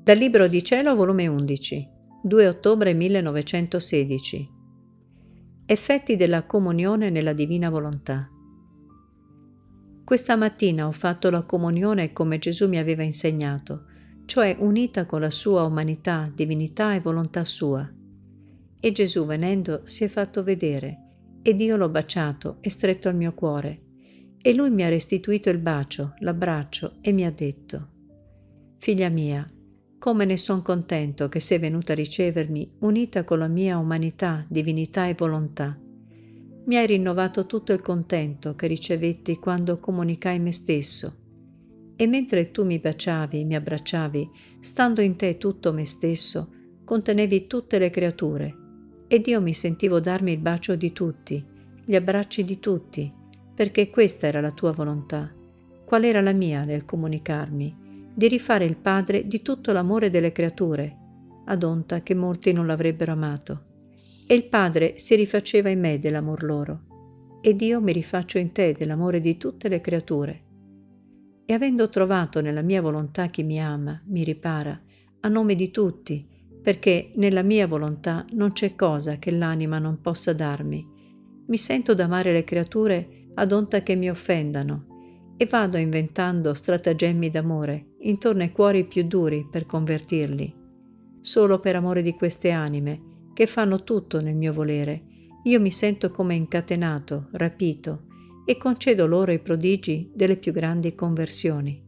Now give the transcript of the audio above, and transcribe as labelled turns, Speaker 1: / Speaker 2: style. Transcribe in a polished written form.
Speaker 1: Dal Libro di Cielo, volume 11, 2 ottobre 1916. Effetti della comunione nella divina volontà. Questa mattina ho fatto la comunione come Gesù mi aveva insegnato, cioè unita con la sua umanità, divinità e volontà sua. E Gesù, venendo, si è fatto vedere, ed io l'ho baciato e stretto al mio cuore. E lui mi ha restituito il bacio, l'abbraccio, e mi ha detto: «Figlia mia, come ne son contento che sei venuta a ricevermi unita con la mia umanità, divinità e volontà. Mi hai rinnovato tutto il contento che ricevetti quando comunicai me stesso. E mentre tu mi baciavi, mi abbracciavi, stando in te tutto me stesso, contenevi tutte le creature, ed io mi sentivo darmi il bacio di tutti, gli abbracci di tutti, perché questa era la tua volontà. Qual era la mia nel comunicarmi? Di rifare il Padre di tutto l'amore delle creature, ad onta che molti non l'avrebbero amato. E il Padre si rifaceva in me dell'amor loro, ed io mi rifaccio in te dell'amore di tutte le creature. E avendo trovato nella mia volontà chi mi ama, mi ripara, a nome di tutti, perché nella mia volontà non c'è cosa che l'anima non possa darmi. Mi sento d'amare le creature ad onta che mi offendano, e vado inventando stratagemmi d'amore intorno ai cuori più duri per convertirli. Solo per amore di queste anime, che fanno tutto nel mio volere, io mi sento come incatenato, rapito, e concedo loro i prodigi delle più grandi conversioni.